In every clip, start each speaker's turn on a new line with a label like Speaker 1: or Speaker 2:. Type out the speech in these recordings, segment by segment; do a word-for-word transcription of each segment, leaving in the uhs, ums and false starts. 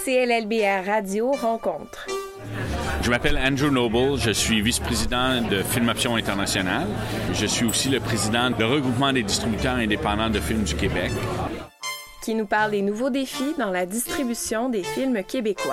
Speaker 1: C L L B R Radio rencontre.
Speaker 2: Je m'appelle Andrew Noble, je suis vice-président de Film Option International. Je suis aussi le président du regroupement des distributeurs indépendants de films du Québec.
Speaker 1: Qui nous parle des nouveaux défis dans la distribution des films québécois.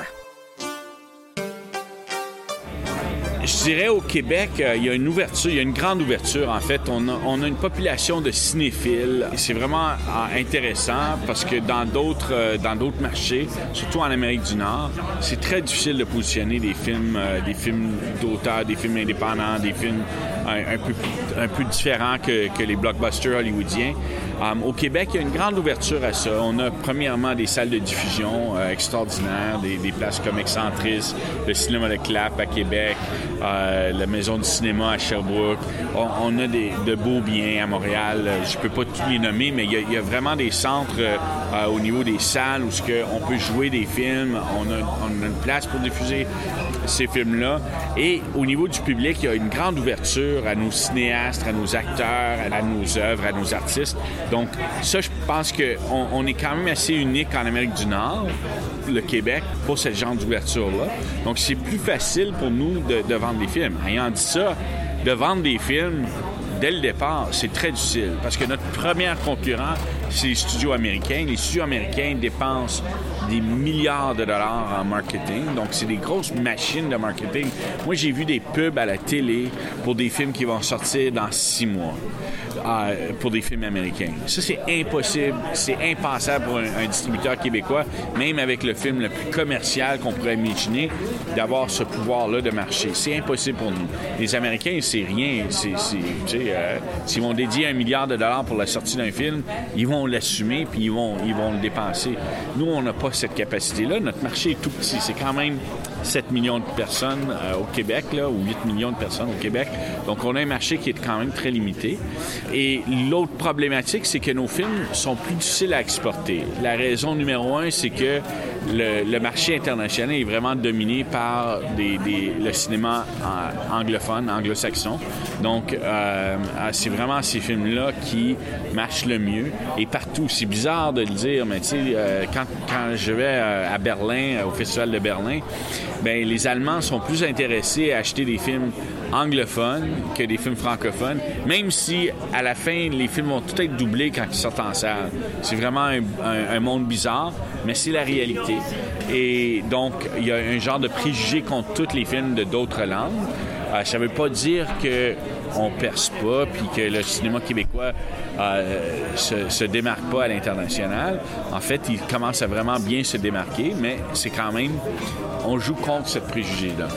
Speaker 2: Je dirais au Québec, euh, il y a une ouverture, il y a une grande ouverture en fait. On a, on a une population de cinéphiles. C'est vraiment euh, intéressant parce que dans d'autres, euh, dans d'autres marchés, surtout en Amérique du Nord, c'est très difficile de positionner des films, euh, des films d'auteur, des films indépendants, des films un, un peu, un peu différents que, que les blockbusters hollywoodiens. Um, au Québec, il y a une grande ouverture à ça. On a premièrement des salles de diffusion euh, extraordinaires, des, des places comme Excentris, le cinéma de Clap à Québec, euh, la Maison du cinéma à Sherbrooke. On, on a des, de beaux biens à Montréal. Je peux pas tous les nommer, mais il y a, il y a vraiment des centres euh, au niveau des salles où on peut jouer des films. On a, on a une place pour diffuser ces films-là. Et au niveau du public, il y a une grande ouverture à nos cinéastes, à nos acteurs, à nos œuvres, à nos artistes. Donc, ça, je pense qu'on on est quand même assez unique en Amérique du Nord, le Québec, pour ce genre d'ouverture-là. Donc, c'est plus facile pour nous de, de vendre des films. Ayant dit ça, de vendre des films, dès le départ, c'est très difficile parce que notre premier concurrent, c'est les studios américains. Les studios américains dépensent des milliards de dollars en marketing. Donc, c'est des grosses machines de marketing. Moi, j'ai vu des pubs à la télé pour des films qui vont sortir dans six mois. Euh, pour des films américains. Ça, c'est impossible. C'est impensable pour un, un distributeur québécois, même avec le film le plus commercial qu'on pourrait imaginer, d'avoir ce pouvoir-là de marché. C'est impossible pour nous. Les Américains, c'est rien. C'est, c'est, tu sais, euh, s'ils vont dédier un milliard de dollars pour la sortie d'un film, ils vont l'assumer puis ils vont, ils vont le dépenser. Nous, on n'a pas cette capacité-là. Notre marché est tout petit. C'est quand même sept millions de personnes euh, au Québec, là, ou huit millions de personnes au Québec. Donc, on a un marché qui est quand même très limité. Et l'autre problématique, c'est que nos films sont plus difficiles à exporter. La raison numéro un, c'est que le, le marché international est vraiment dominé par des, des, le cinéma anglophone, anglo-saxon. Donc, euh, c'est vraiment ces films-là qui marchent le mieux. Et partout, c'est bizarre de le dire, mais tu sais, euh, quand, quand je vais à Berlin, au Festival de Berlin, bien, les Allemands sont plus intéressés à acheter des films anglophones que des films francophones, même si, à la fin, les films vont tout être doublés quand ils sortent en salle. C'est vraiment un, un, un monde bizarre, mais c'est la réalité. Et donc, il y a un genre de préjugé contre tous les films de d'autres langues. Euh, ça ne veut pas dire qu'on ne perce pas puis que le cinéma québécois euh, se, se démarque pas à l'international. En fait, il commence à vraiment bien se démarquer, mais c'est quand même... On joue contre ce préjugé-là.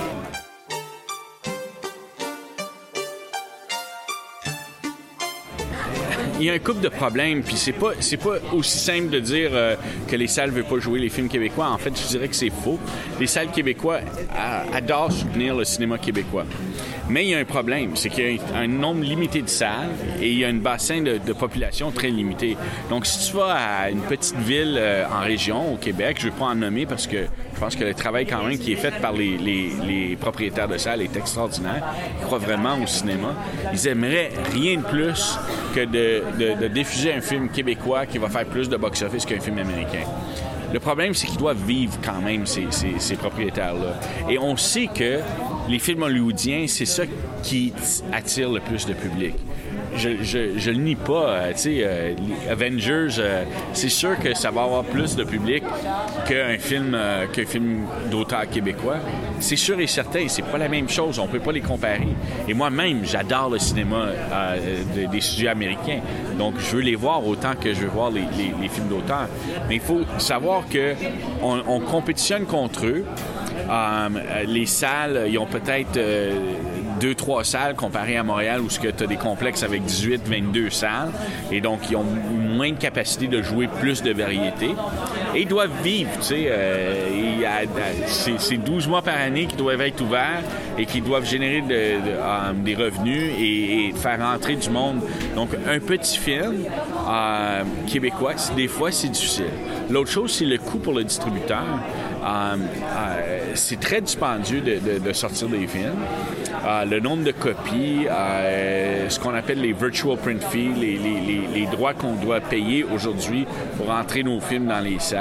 Speaker 2: Il y a un couple de problèmes, puis c'est pas c'est pas aussi simple de dire euh, que les salles veulent pas jouer les films québécois. En fait, je dirais que c'est faux. Les salles québécois a, adorent soutenir le cinéma québécois. Mais il y a un problème, c'est qu'il y a un, un nombre limité de salles et il y a un bassin de, de population très limité. Donc, si tu vas à une petite ville euh, en région, au Québec, je ne vais pas en nommer parce que je pense que le travail quand même qui est fait par les, les, les propriétaires de salles est extraordinaire. Ils croient vraiment au cinéma. Ils aimeraient rien de plus que de, de, de diffuser un film québécois qui va faire plus de box-office qu'un film américain. Le problème, c'est qu'ils doivent vivre quand même, ces, ces, ces propriétaires-là. Et on sait que les films hollywoodiens, c'est ça qui attire le plus de public. Je, je, je le nie pas, euh, tu sais, euh, Avengers, euh, c'est sûr que ça va avoir plus de public qu'un film, euh, qu'un film d'auteur québécois. C'est sûr et certain, c'est pas la même chose, on peut pas les comparer. Et moi-même, j'adore le cinéma euh, de, des studios américains, donc je veux les voir autant que je veux voir les, les, les films d'auteur. Mais il faut savoir que on, on compétitionne contre eux. Euh, les salles, ils ont peut-être euh, deux, trois salles comparées à Montréal où tu as des complexes avec dix-huit, vingt-deux salles. Et donc, ils ont moins de capacité de jouer plus de variété. Et ils doivent vivre, tu sais. Euh, il y a, c'est, c'est douze mois par année qui doivent être ouverts et qui doivent générer de, de, euh, des revenus et, et faire rentrer du monde. Donc, un petit film euh, québécois, des fois, c'est difficile. L'autre chose, c'est le coût pour le distributeur. Euh, euh, c'est très dispendieux de, de, de sortir des films. Euh, le nombre de copies, euh, ce qu'on appelle les virtual print fees, les, les, les, les droits qu'on doit payer aujourd'hui pour entrer nos films dans les salles.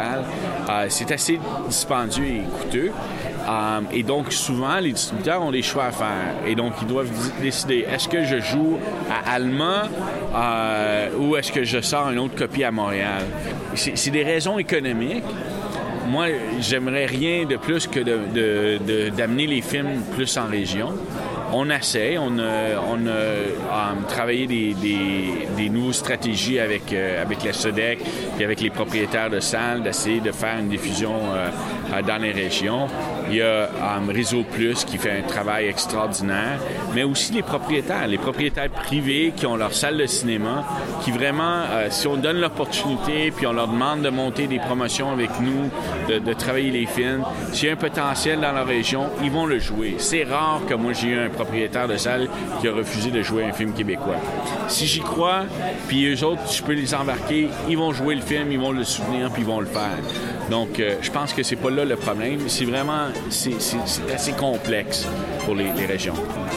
Speaker 2: Montréal. Euh, c'est assez dispendieux et coûteux. Euh, et donc, souvent, les distributeurs ont des choix à faire. Et donc, ils doivent d- décider, est-ce que je joue à Alma euh, ou est-ce que je sors une autre copie à Montréal? C'est, c'est des raisons économiques. Moi, j'aimerais rien de plus que de, de, de, d'amener les films plus en région. On essaie, on a, on a um, travaillé des, des, des nouvelles stratégies avec, euh, avec la SODEC et avec les propriétaires de salles d'essayer de faire une diffusion euh, dans les régions. Il y a um, Réseau Plus qui fait un travail extraordinaire, mais aussi les propriétaires, les propriétaires privés qui ont leur salle de cinéma, qui vraiment, euh, si on donne l'opportunité puis on leur demande de monter des promotions avec nous, de, de travailler les films, s'il y a un potentiel dans la région, ils vont le jouer. C'est rare que moi j'ai eu un propriétaire de salle qui a refusé de jouer un film québécois. Si j'y crois, puis eux autres, je peux les embarquer, ils vont jouer le film, ils vont le soutenir, puis ils vont le faire. Donc, euh, je pense que c'est pas là le problème. C'est vraiment, c'est, c'est, c'est assez complexe pour les, les régions.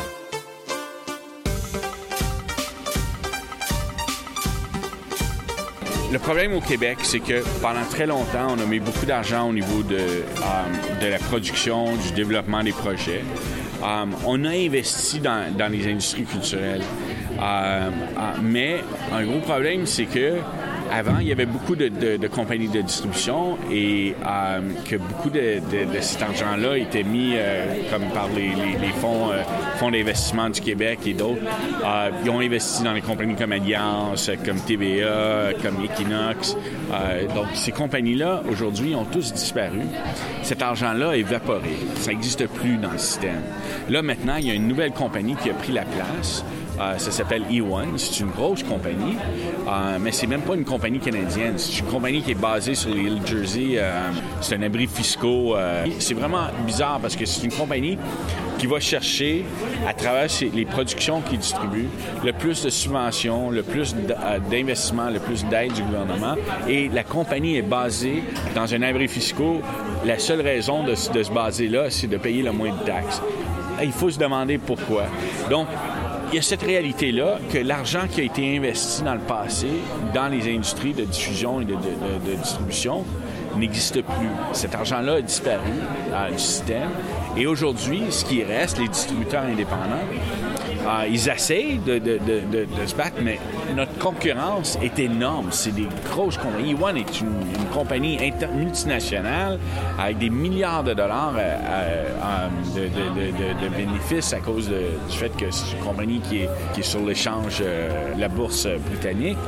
Speaker 2: Le problème au Québec, c'est que pendant très longtemps, on a mis beaucoup d'argent au niveau de, euh, de la production, du développement des projets. Um, on a investi dans, dans les industries culturelles. Euh, euh, mais un gros problème, c'est que avant, il y avait beaucoup de, de, de compagnies de distribution et euh, que beaucoup de, de, de cet argent-là était mis euh, comme par les, les, les fonds, euh, fonds d'investissement du Québec et d'autres. Euh, ils ont investi dans les compagnies comme Alliance, comme T V A, comme Equinox. Euh, donc, ces compagnies-là, aujourd'hui, ont tous disparu. Cet argent-là a évaporé. Ça n'existe plus dans le système. Là, maintenant, il y a une nouvelle compagnie qui a pris la place. Euh, ça s'appelle E un. C'est une grosse compagnie, euh, mais c'est même pas une compagnie canadienne. C'est une compagnie qui est basée sur l'île Jersey. Euh, c'est un abri fiscaux. Euh, c'est vraiment bizarre parce que c'est une compagnie qui va chercher, à travers ses, les productions qu'il distribue, le plus de subventions, le plus d'investissements, le plus d'aide du gouvernement. Et la compagnie est basée dans un abri fiscaux. La seule raison de, de se baser là, c'est de payer le moins de taxes. Il faut se demander pourquoi. Donc, il y a cette réalité-là que l'argent qui a été investi dans le passé dans les industries de diffusion et de, de, de, de distribution n'existe plus. Cet argent-là a disparu euh, du système. Et aujourd'hui, ce qui reste, les distributeurs indépendants, euh, ils essayent de, de, de, de, de se battre, mais notre concurrence est énorme. C'est des grosses compagnies. E un est une, une compagnie inter- multinationale avec des milliards de dollars euh, euh, de, de, de, de bénéfices à cause de, du fait que c'est une compagnie qui est, qui est sur l'échange, euh, la bourse britannique.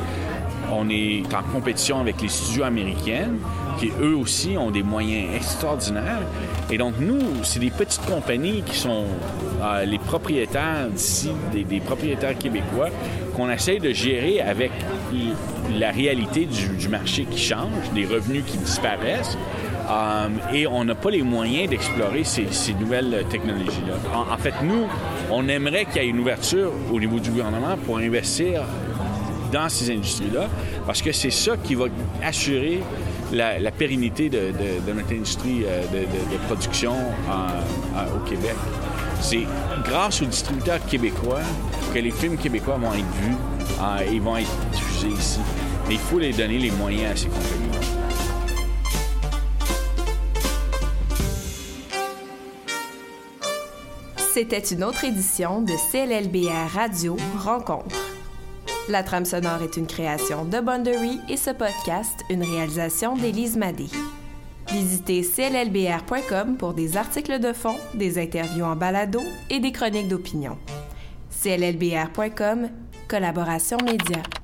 Speaker 2: On est en compétition avec les studios américains qui, eux aussi, ont des moyens extraordinaires. Et donc, nous, c'est des petites compagnies qui sont euh, les propriétaires d'ici, des, des propriétaires québécois, qu'on essaie de gérer avec la réalité du, du marché qui change, des revenus qui disparaissent. Euh, et on n'a pas les moyens d'explorer ces, ces nouvelles technologies-là. En, en fait, nous, on aimerait qu'il y ait une ouverture au niveau du gouvernement pour investir dans ces industries-là, parce que c'est ça qui va assurer la, la pérennité de, de, de notre industrie de, de, de production en, en, au Québec. C'est grâce aux distributeurs québécois que les films québécois vont être vus euh, et vont être diffusés ici. Mais il faut les donner les moyens à ces compagnies-là.
Speaker 1: C'était une autre édition de C L L B R Radio Rencontre. La trame sonore est une création de Boundary et ce podcast, une réalisation d'Élise Madé. Visitez c l l b r point com pour des articles de fond, des interviews en balado et des chroniques d'opinion. c l l b r point com, collaboration média.